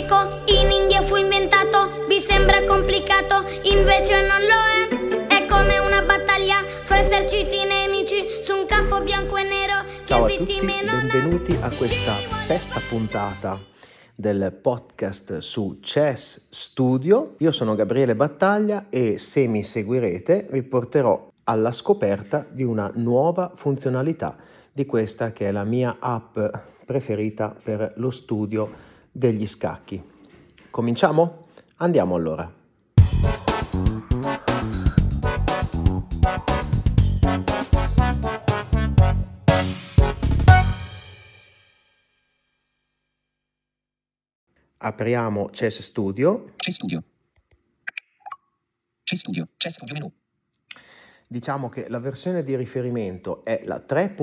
antico, in India fu inventato. Vi sembra complicato, invece non lo è. È come una battaglia fra eserciti nemici su un campo bianco e nero che Ciao a tutti, vittime non ha. benvenuti a questa sesta puntata del podcast su Chess Studio. Io sono Gabriele Battaglia e se mi seguirete vi porterò alla scoperta di una nuova funzionalità di questa che è la mia app preferita per lo studio degli scacchi. Cominciamo? Andiamo allora. Apriamo Chess Studio. Chess Studio menu. Diciamo che la versione di riferimento è la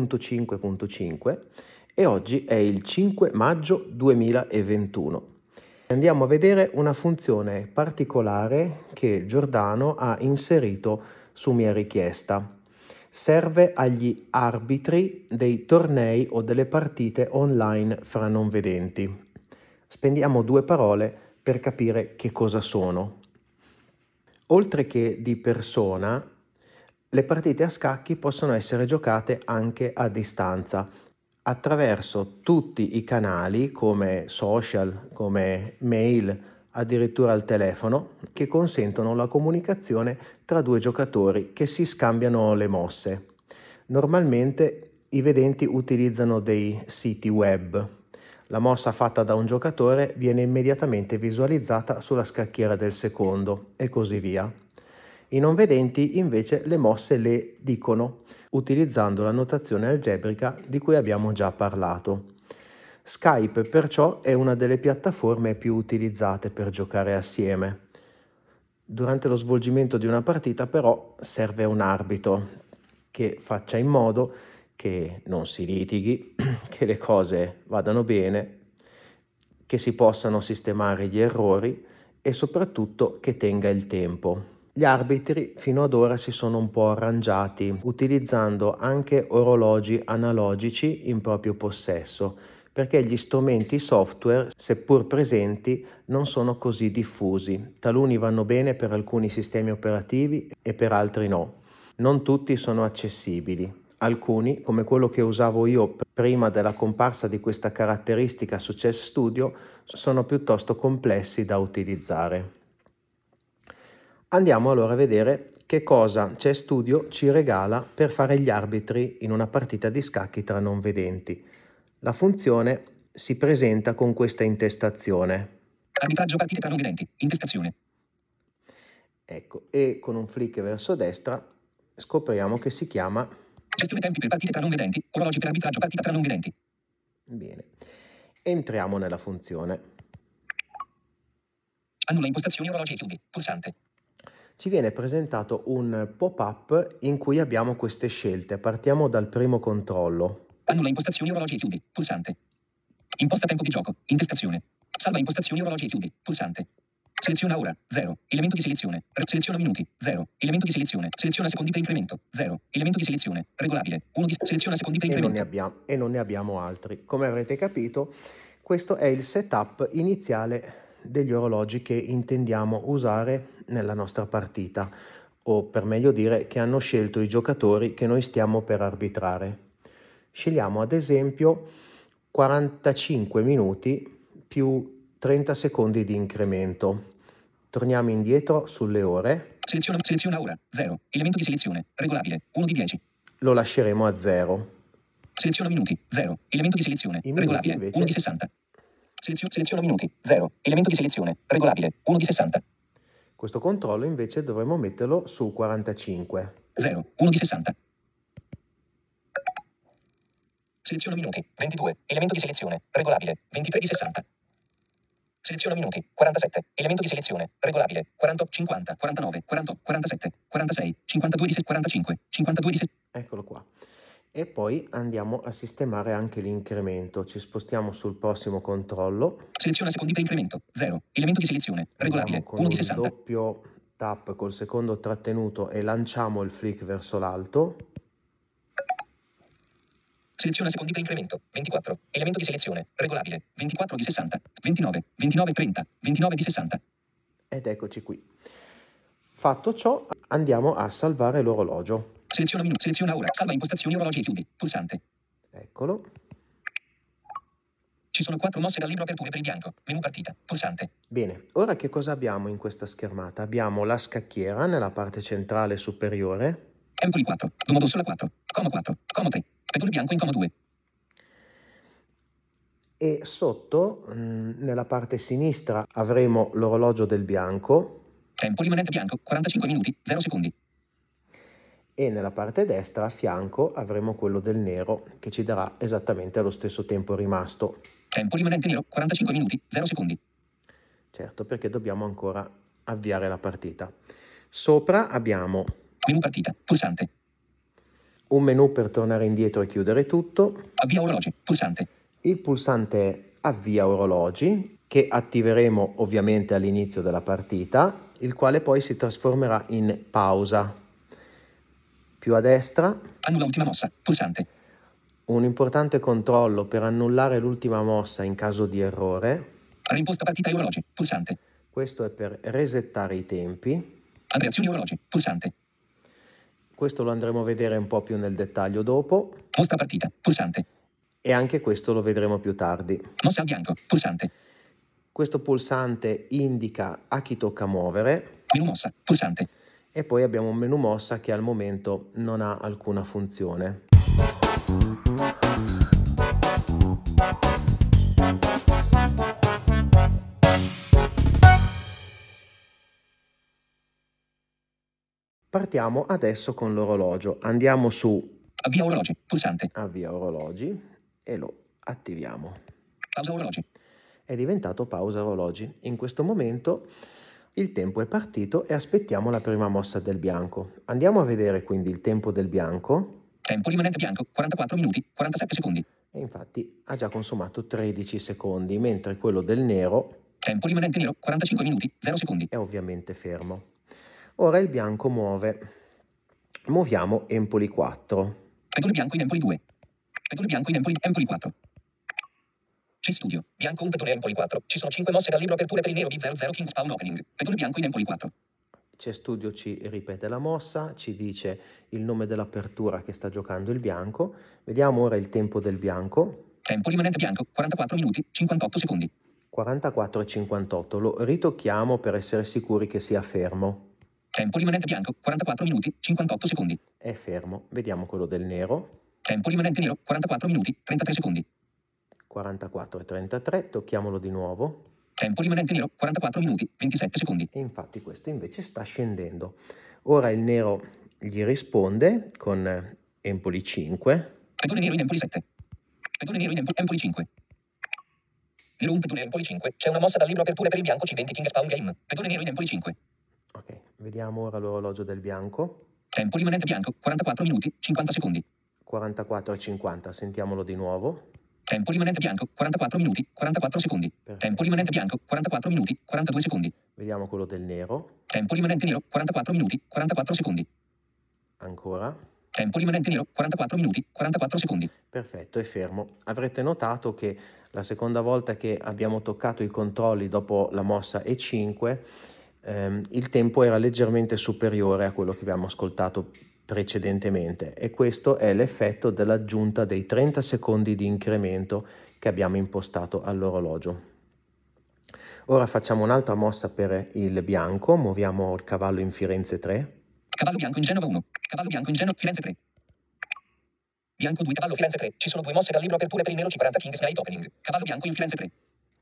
3.5.5 e oggi è il 5 maggio 2021. Andiamo a vedere una funzione particolare che Giordano ha inserito su mia richiesta. Serve agli arbitri dei tornei o delle partite online fra non vedenti. Spendiamo 2 parole per capire che cosa sono. Oltre che di persona, le partite a scacchi possono essere giocate anche a distanza, attraverso tutti i canali come social, come mail, addirittura al telefono, che consentono la comunicazione tra 2 giocatori che si scambiano le mosse. Normalmente i vedenti utilizzano dei siti web. La mossa fatta da un giocatore viene immediatamente visualizzata sulla scacchiera del secondo e così via. I non vedenti invece le mosse le dicono utilizzando la notazione algebrica di cui abbiamo già parlato. Skype perciò è una delle piattaforme più utilizzate per giocare assieme. Durante lo svolgimento di una partita però serve un arbitro che faccia in modo che non si litighi, che le cose vadano bene, che si possano sistemare gli errori e soprattutto che tenga il tempo. Gli arbitri fino ad ora si sono un po' arrangiati utilizzando anche orologi analogici in proprio possesso, perché gli strumenti software, seppur presenti, non sono così diffusi. Taluni vanno bene per alcuni sistemi operativi e per altri no. Non tutti sono accessibili. Alcuni, come quello che usavo io prima della comparsa di questa caratteristica su Chess Studio, sono piuttosto complessi da utilizzare. Andiamo allora a vedere che cosa Chess Studio ci regala per fare gli arbitri in una partita di scacchi tra non vedenti. La funzione si presenta con questa intestazione. Arbitraggio partite tra non vedenti. Intestazione. Ecco, e con un flick verso destra scopriamo che si chiama Gestione tempi per partite tra non vedenti. Orologi per arbitraggio partita tra non vedenti. Bene. Entriamo nella funzione. Annulla impostazioni orologi e chiudi. Pulsante. Ci viene presentato un pop-up in cui abbiamo queste scelte. Partiamo dal primo controllo. Annulla impostazioni orologi e chiudi. Pulsante. Imposta tempo di gioco. Intestazione. Salva impostazioni orologi e chiudi. Pulsante. Seleziona ora. 0. Elemento di selezione. Seleziona minuti. 0. Elemento di selezione. Seleziona secondi per incremento. 0. Elemento di selezione. Regolabile. 1 di seleziona secondi per incremento. E non ne abbiamo altri. Come avrete capito, questo è il setup iniziale degli orologi che intendiamo usare nella nostra partita, o per meglio dire che hanno scelto i giocatori che noi stiamo per arbitrare. Scegliamo ad esempio 45 minuti più 30 secondi di incremento. Torniamo indietro sulle ore. Seleziona ora. 0. Elemento di selezione. Regolabile. 1 di 10. Lo lasceremo a 0. Seleziona minuti. 0. Elemento di selezione. I minuti Regolabile. invece 1 di 60. Seleziona minuti. 0. Elemento di selezione. Regolabile. 1 di 60. Questo controllo invece dovremo metterlo su 45. 0. 1 di 60. Seleziona minuti. 22. Elemento di selezione. Regolabile. 23 di 60. Seleziona minuti. 47. Elemento di selezione. Regolabile. 48, 50, 49, 48, 47, 46, 52 di 45, 52 di 60. Eccolo qua. E poi andiamo a sistemare anche l'incremento. Ci spostiamo sul prossimo controllo. Seleziona secondi per incremento. 0. Elemento di selezione. Regolabile. 1 di 60. Con un doppio tap col secondo trattenuto e lanciamo il flick verso l'alto. Seleziona secondi per incremento. 24. Elemento di selezione. Regolabile. 24 di 60. 29. 29 30. 29 di 60. Ed eccoci qui. Fatto ciò, andiamo a salvare l'orologio. Seleziona minuto. Seleziona ora. Salva impostazioni orologi e chiudi. Pulsante. Eccolo. Ci sono 4 mosse dal libro aperture per il bianco. Menu partita. Pulsante. Bene, ora che cosa abbiamo in questa schermata? Abbiamo la scacchiera nella parte centrale superiore. Empoli 4. Domodossola 4. Como 4. Como 3. Pedone bianco in Como 2. E sotto, nella parte sinistra, avremo l'orologio del bianco. Tempo rimanente bianco. 45 minuti. 0 secondi. E nella parte destra, a fianco, avremo quello del nero, che ci darà esattamente lo stesso tempo rimasto. Tempo rimanente nero. 45 minuti. 0 secondi. Certo, perché dobbiamo ancora avviare la partita. Sopra abbiamo Menu partita. Pulsante. un menu per tornare indietro e chiudere tutto. Avvia orologi. Pulsante. Il pulsante avvia orologi, che attiveremo ovviamente all'inizio della partita, il quale poi si trasformerà in pausa. Più a destra, Annulla ultima mossa. Pulsante. un importante controllo per annullare l'ultima mossa in caso di errore. Reimposta partita e orologi. Pulsante. Questo è per resettare i tempi. Abbreazioni orologi. Pulsante. Questo lo andremo a vedere un po' più nel dettaglio dopo. Mostra partita. Pulsante. E anche questo lo vedremo più tardi. Mossa al bianco. Pulsante. Questo pulsante indica a chi tocca muovere. Menu mossa. Pulsante. E poi abbiamo un menu mossa che al momento non ha alcuna funzione. Partiamo adesso con l'orologio. Andiamo su Avvia orologi. Pulsante. Avvia orologi e lo attiviamo. Pausa orologi. È diventato pausa orologi. In questo momento il tempo è partito e aspettiamo la prima mossa del bianco. Andiamo a vedere quindi il tempo del bianco. Tempo rimanente bianco. 44 minuti. 47 secondi. E infatti ha già consumato 13 secondi, mentre quello del nero Tempo rimanente nero. 45 minuti. 0 secondi. è ovviamente fermo. Ora il bianco muove. Muoviamo Empoli 4. Pedone bianco in Empoli 2. Pedone bianco in Empoli 4. C-Studio. Bianco 1 pedone Empoli 4. Ci sono 5 mosse dal libro aperture per il nero B00 King Spawn Opening. Pedone bianco in Empoli 4. C-Studio ci ripete la mossa, ci dice il nome dell'apertura che sta giocando il bianco. Vediamo ora il tempo del bianco. Tempo rimanente bianco. 44 minuti. 58 secondi. 44 e 58. Lo ritocchiamo per essere sicuri che sia fermo. Tempo rimanente bianco. 44 minuti. 58 secondi. È fermo. Vediamo quello del nero. Tempo rimanente nero. 44 minuti. 33 secondi. 44 e 33. Tocchiamolo di nuovo. Tempo rimanente nero. 44 minuti. 27 secondi. E infatti questo invece sta scendendo. Ora il nero gli risponde con Empoli 5. Pedone nero in Empoli 7. Pedone nero in Empoli 5. Nero 1 pedone Empoli 5. C'è una mossa dal libro aperture per il bianco C20 King Spawn Game. Pedone nero in Empoli 5. Ok, vediamo ora l'orologio del bianco. Tempo rimanente bianco. 44 minuti. 50 secondi. 44 e 50. Sentiamolo di nuovo. Tempo rimanente bianco. 44 minuti. 44 secondi. Perfetto. Tempo rimanente bianco. 44 minuti. 42 secondi. Vediamo quello del nero. Tempo rimanente nero. 44 minuti. 44 secondi. Ancora. Tempo rimanente nero. 44 minuti. 44 secondi. Perfetto, è fermo. Avrete notato che la seconda volta che abbiamo toccato i controlli dopo la mossa E5, il tempo era leggermente superiore a quello che abbiamo ascoltato precedentemente, e questo è l'effetto dell'aggiunta dei 30 secondi di incremento che abbiamo impostato all'orologio. Ora facciamo un'altra mossa per il bianco. Muoviamo il cavallo in Firenze 3. Cavallo bianco in Genova 1. Cavallo bianco in Genova Firenze 3. Bianco 2 cavallo Firenze 3. Ci sono 2 mosse dal libro aperture per il nero C40 King's Night Opening. Cavallo bianco in Firenze 3.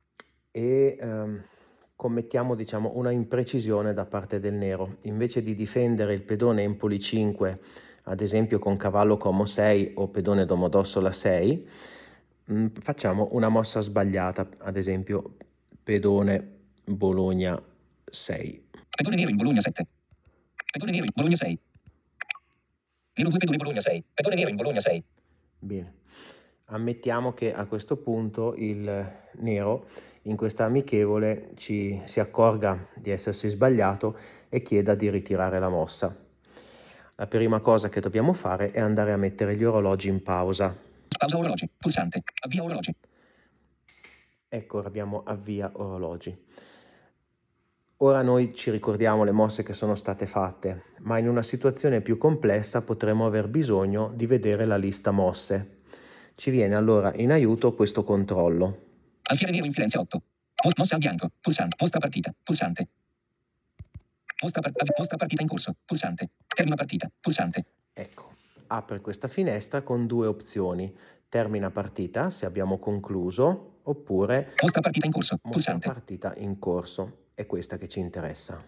E commettiamo, diciamo, una imprecisione da parte del nero. Invece di difendere il pedone Empoli 5, ad esempio con cavallo Como 6 o pedone Domodossola 6, facciamo una mossa sbagliata, ad esempio pedone Bologna 6. Pedone nero in Bologna 7. Pedone nero in Bologna 6. Nero 2 pedone Bologna 6. Pedone nero in Bologna 6. Bene, ammettiamo che a questo punto il nero in questa amichevole si accorga di essersi sbagliato e chieda di ritirare la mossa. La prima cosa che dobbiamo fare è andare a mettere gli orologi in pausa. Pausa orologi. Pulsante. Avvia orologi. Ecco, ora abbiamo avvia orologi. Ora noi ci ricordiamo le mosse che sono state fatte, ma in una situazione più complessa potremo aver bisogno di vedere la lista mosse. Ci viene allora in aiuto questo controllo. Alfiere nero in Firenze 8. Mossa al bianco. Pulsante. Mostra partita. Pulsante. Mostra partita in corso. Pulsante. Termina partita. Pulsante. Ecco, apre questa finestra con due opzioni. Termina partita, se abbiamo concluso, oppure Mostra partita in corso. mostra Pulsante. partita in corso. È questa che ci interessa.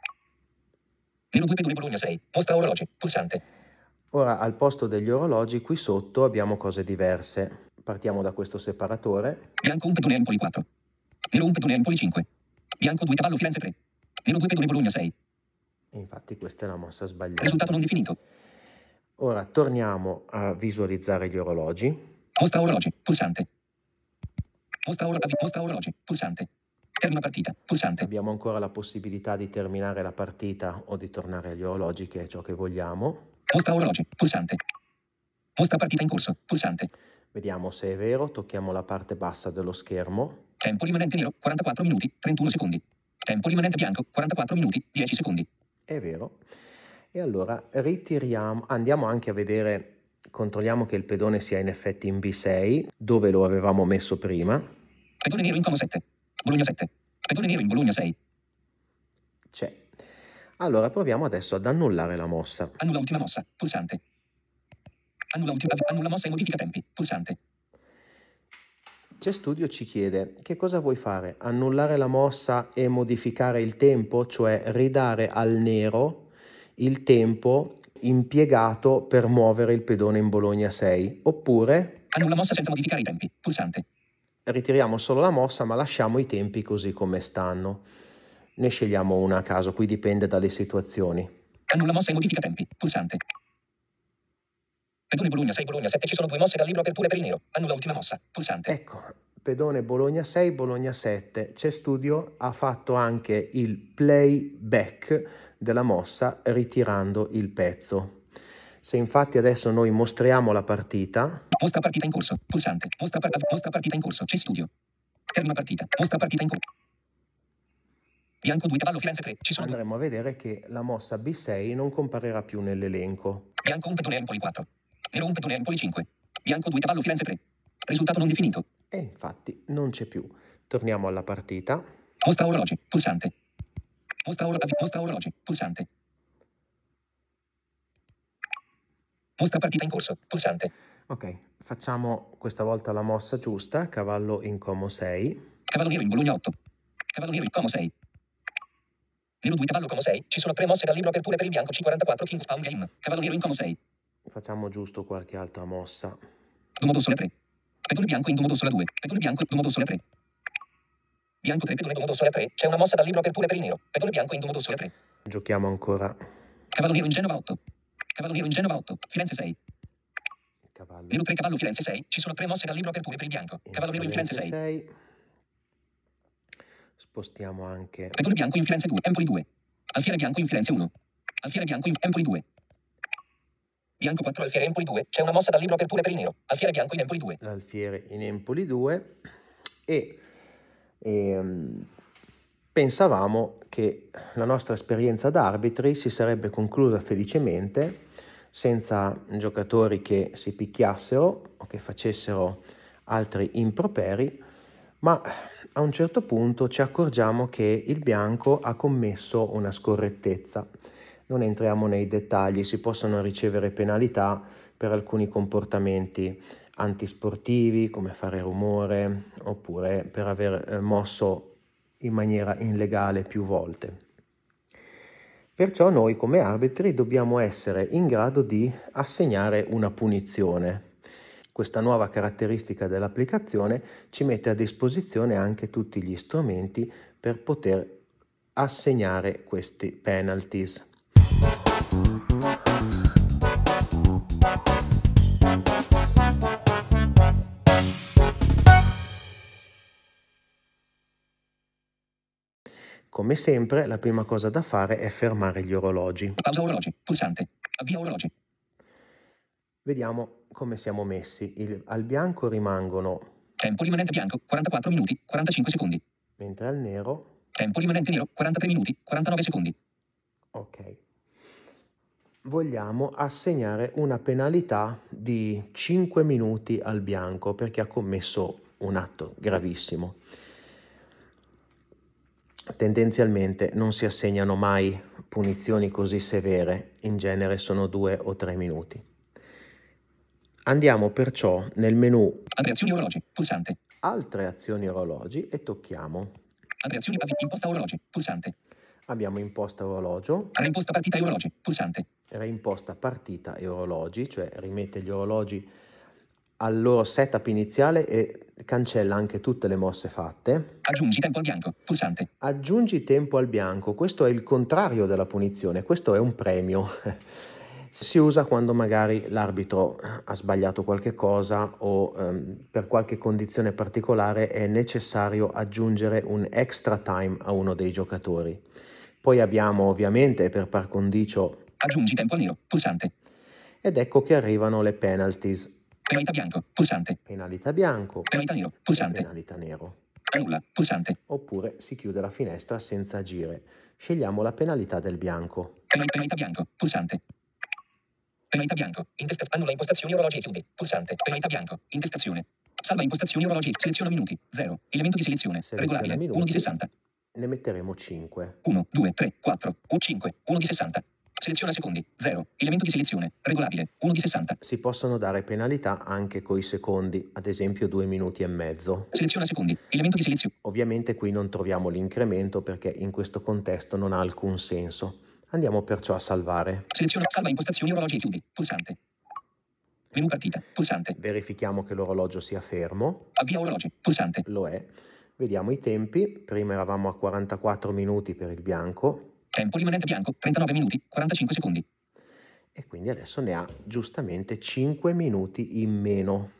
Nero 2 Pedone Bologna 6. Mostra orologi. Pulsante. Ora al posto degli orologi qui sotto abbiamo cose diverse. Partiamo da questo separatore. Bianco 1 Pedone Empoli 4. Nero 1 Pedone Empoli 5. Bianco 2 Cavallo Firenze 3. Nero 2 Pedone Bologna 6. E infatti questa è la mossa sbagliata. Risultato non definito. Ora torniamo a visualizzare gli orologi. Mostra orologi. Pulsante. Mostra orologi. Pulsante. Termina partita. Pulsante. Abbiamo ancora la possibilità di terminare la partita o di tornare agli orologi, che è ciò che vogliamo. Mostra orologi. Pulsante. Mostra partita in corso. Pulsante. Vediamo se è vero, tocchiamo la parte bassa dello schermo. Tempo rimanente nero 44 minuti 31 secondi. Tempo rimanente bianco 44 minuti 10 secondi. È vero. E allora ritiriamo, andiamo anche a vedere, controlliamo che il pedone sia in effetti in B6, dove lo avevamo messo prima. Pedone nero in Como 7. Bologna 7. Pedone nero in Bologna 6. C'è. Allora proviamo adesso ad annullare la mossa. Annulla ultima mossa. Pulsante. Annulla mossa e modifica tempi. Pulsante. C'è Studio ci chiede che cosa vuoi fare? Annullare la mossa e modificare il tempo, cioè ridare al nero il tempo impiegato per muovere il pedone in Bologna 6, oppure Annulla mossa senza modificare i tempi. Pulsante. ritiriamo solo la mossa ma lasciamo i tempi così come stanno. Ne scegliamo una a caso, qui dipende dalle situazioni. Annulla mossa e modifica tempi. Pulsante. Pedone Bologna 6 Bologna 7. Ci sono due mosse dal libro aperture per il nero. Annulla ultima mossa. Pulsante. Ecco, pedone Bologna 6, Bologna 7. C'è Studio ha fatto anche il playback della mossa ritirando il pezzo. Se infatti adesso noi mostriamo la partita, Mostra partita in corso. Pulsante. Mostra partita in corso. C'è Studio. Termina partita. Mostra partita in corso. Bianco 2 Cavallo Firenze 3. Ci sono due. andremo a vedere che la mossa B6 non comparirà più nell'elenco. Bianco 1 Pedone Empoli 4. Nero 1 Pedone Empoli 5. Bianco 2 Cavallo Firenze 3. Risultato non definito. E infatti non c'è più. Torniamo alla partita. Mostra orologi. Pulsante. Mostra orologi. Pulsante. Mostra partita in corso. Pulsante. Ok, facciamo questa volta la mossa giusta. Cavallo in Como 6. Cavallo nero in Bologna 8. Cavallo nero in Como 6. Nero 2 Cavallo Como 6. Ci sono tre mosse dal libro aperture per il bianco C44 King's Pound Game. Cavallo nero in Como 6. Facciamo giusto qualche altra mossa. Domo Sole 3. Pedone bianco in Domo Sole 2. Pedone bianco Domo Sole 3. Bianco 3 Pedone Domo Sole 3. C'è una mossa dal libro aperture per il nero. Pedone bianco in Domo Sole 3. Giochiamo ancora. Cavallo nero in Genova 8. Cavallo nero in Genova 8. Firenze 6. Cavallo Nero 3 Cavallo Firenze 6. Ci sono tre mosse dal libro aperture per il bianco. Cavallo nero in Firenze 6. Spostiamo anche Pedone bianco in Firenze 2. Empoli 2. Alfiere bianco in Firenze 1. Alfiere bianco in Empoli 2. Bianco 4 Alfiere Empoli 2. C'è una mossa dal libro aperture per il nero. Alfiere bianco in Empoli 2. l'alfiere in Empoli 2 e pensavamo che la nostra esperienza da arbitri si sarebbe conclusa felicemente senza giocatori che si picchiassero o che facessero altri improperi, ma a un certo punto ci accorgiamo che il bianco ha commesso una scorrettezza. Non entriamo nei dettagli, si possono ricevere penalità per alcuni comportamenti antisportivi, come fare rumore, oppure per aver mosso in maniera illegale più volte. Perciò noi come arbitri dobbiamo essere in grado di assegnare una punizione. Questa nuova caratteristica dell'applicazione ci mette a disposizione anche tutti gli strumenti per poter assegnare questi penalties. Come sempre, la prima cosa da fare è fermare gli orologi. Pausa orologi. Pulsante. Avvia orologi. Vediamo come siamo messi. Al bianco rimangono, Tempo rimanente bianco 44 minuti 45 secondi. mentre al nero, Tempo rimanente nero 43 minuti 49 secondi. ok. Vogliamo assegnare una penalità di 5 minuti al bianco perché ha commesso un atto gravissimo. Tendenzialmente non si assegnano mai punizioni così severe, in genere sono 2 o 3 minuti. Andiamo perciò nel menu Altre azioni orologi, pulsante. Altre azioni orologi e tocchiamo. Altre azioni imposta orologi, pulsante. Abbiamo imposta orologio, Reimposta partita e orologi, pulsante. reimposta partita e orologi, cioè rimette gli orologi al loro setup iniziale e cancella anche tutte le mosse fatte. Aggiungi tempo al bianco, pulsante. Aggiungi tempo al bianco, questo è il contrario della punizione, questo è un premio. Si usa quando magari l'arbitro ha sbagliato qualche cosa o per qualche condizione particolare è necessario aggiungere un extra time a uno dei giocatori. Poi abbiamo ovviamente per par condicio Aggiungi tempo al nero, pulsante. ed ecco che arrivano le penalties. Penalità bianco, pulsante. Penalità bianco, Penalità nero, pulsante. penalità nero. Annulla, pulsante. Oppure si chiude la finestra senza agire. Scegliamo la penalità del bianco. Penalità bianco, pulsante. Penalità bianco, annulla impostazioni orologi e chiudi, pulsante. Penalità bianco, intestazione. Salva impostazioni orologi, seleziona minuti, 0. Elemento di selezione, Seleziona regolabile, minuti. 1 di 60. Ne metteremo 5. 1, 2, 3, 4, 5, 1 di 60. Seleziona secondi, 0. Elemento di selezione, regolabile, 1 di 60. Si possono dare penalità anche coi secondi, ad esempio 2 minuti e mezzo. Seleziona secondi, elemento di selezione. Ovviamente qui non troviamo l'incremento perché in questo contesto non ha alcun senso. Andiamo perciò a salvare. Seleziona, salva impostazioni orologi e chiudi, pulsante. Menu partita, pulsante. Verifichiamo che l'orologio sia fermo. Avvia orologi, pulsante. Lo è. Vediamo i tempi. Prima eravamo a 44 minuti per il bianco. Tempo rimanente bianco, 39 minuti, 45 secondi. E quindi adesso ne ha giustamente 5 minuti in meno.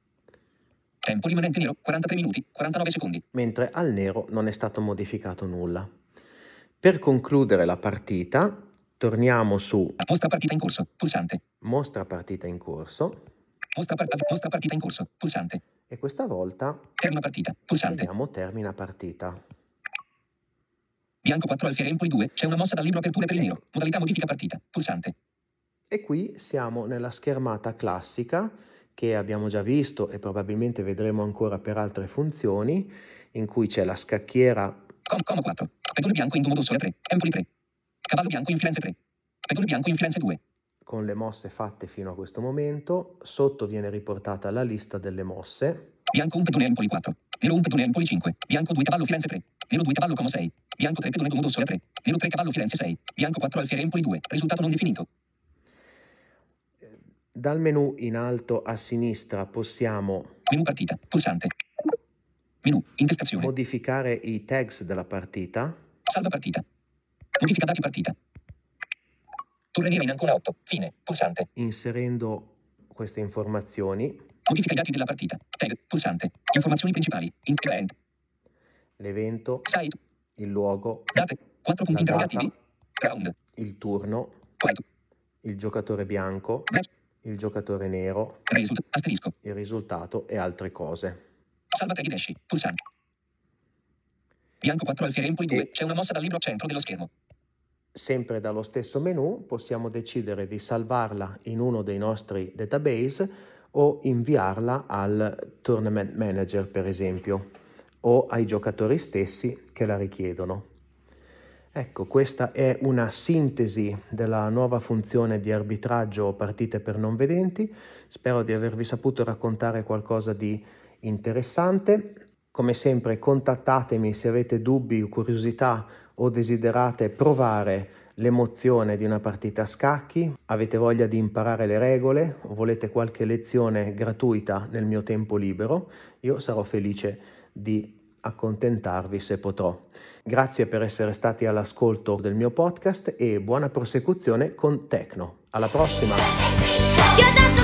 Tempo rimanente nero, 43 minuti, 49 secondi. Mentre al nero non è stato modificato nulla. Per concludere la partita, torniamo su Mostra partita in corso, pulsante. Mostra partita in corso Mostra partita in corso, pulsante. e questa volta Termina partita, pulsante. scegliamo termina partita. Bianco 4 alfiere Empoli 2, c'è una mossa dal libro aperture per il nero. Modalità modifica partita, pulsante. E qui siamo nella schermata classica che abbiamo già visto e probabilmente vedremo ancora per altre funzioni, in cui c'è la scacchiera Como 4. Pedone bianco in Domodossola 3. Empoli 3. Cavallo bianco in Firenze 3. Pedone bianco in Firenze 2. con le mosse fatte fino a questo momento. Sotto viene riportata la lista delle mosse. Bianco 1 pedone Empoli 4. Nero 1 pedone Empoli 5. Bianco 2 cavallo Firenze 3. Nero 2 cavallo Como 6. Bianco 3 pedone Domodossola 3. Nero 3 cavallo Firenze 6. Bianco 4 alfiere Empoli 2. Risultato non definito. Dal menu in alto a sinistra possiamo Menu partita, pulsante. Menu, intestazione. modificare i tags della partita. Salva partita. Modifica dati partita. Torre nera in Ancona 8. Fine, pulsante. Inserendo queste informazioni, Modifica i dati della partita. Tag, pulsante. Informazioni principali. Event. l'evento, Site. il luogo, Date. 4 punti La interrogativi. Round. il turno, White. il giocatore bianco, Match. il giocatore nero, Result. Asterisco. il risultato e altre cose. Salva tag ed esci. Pulsante. Bianco 4 alfiere Empoli 2. C'è una mossa dal libro al centro dello schermo. Sempre dallo stesso menu possiamo decidere di salvarla in uno dei nostri database o inviarla al Tournament Manager, per esempio, o ai giocatori stessi che la richiedono. Ecco, questa è una sintesi della nuova funzione di arbitraggio partite per non vedenti. Spero di avervi saputo raccontare qualcosa di interessante. Come sempre contattatemi se avete dubbi o curiosità o desiderate provare l'emozione di una partita a scacchi, avete voglia di imparare le regole o volete qualche lezione gratuita nel mio tempo libero, io sarò felice di accontentarvi se potrò. Grazie per essere stati all'ascolto del mio podcast e buona prosecuzione con Tecno. Alla prossima!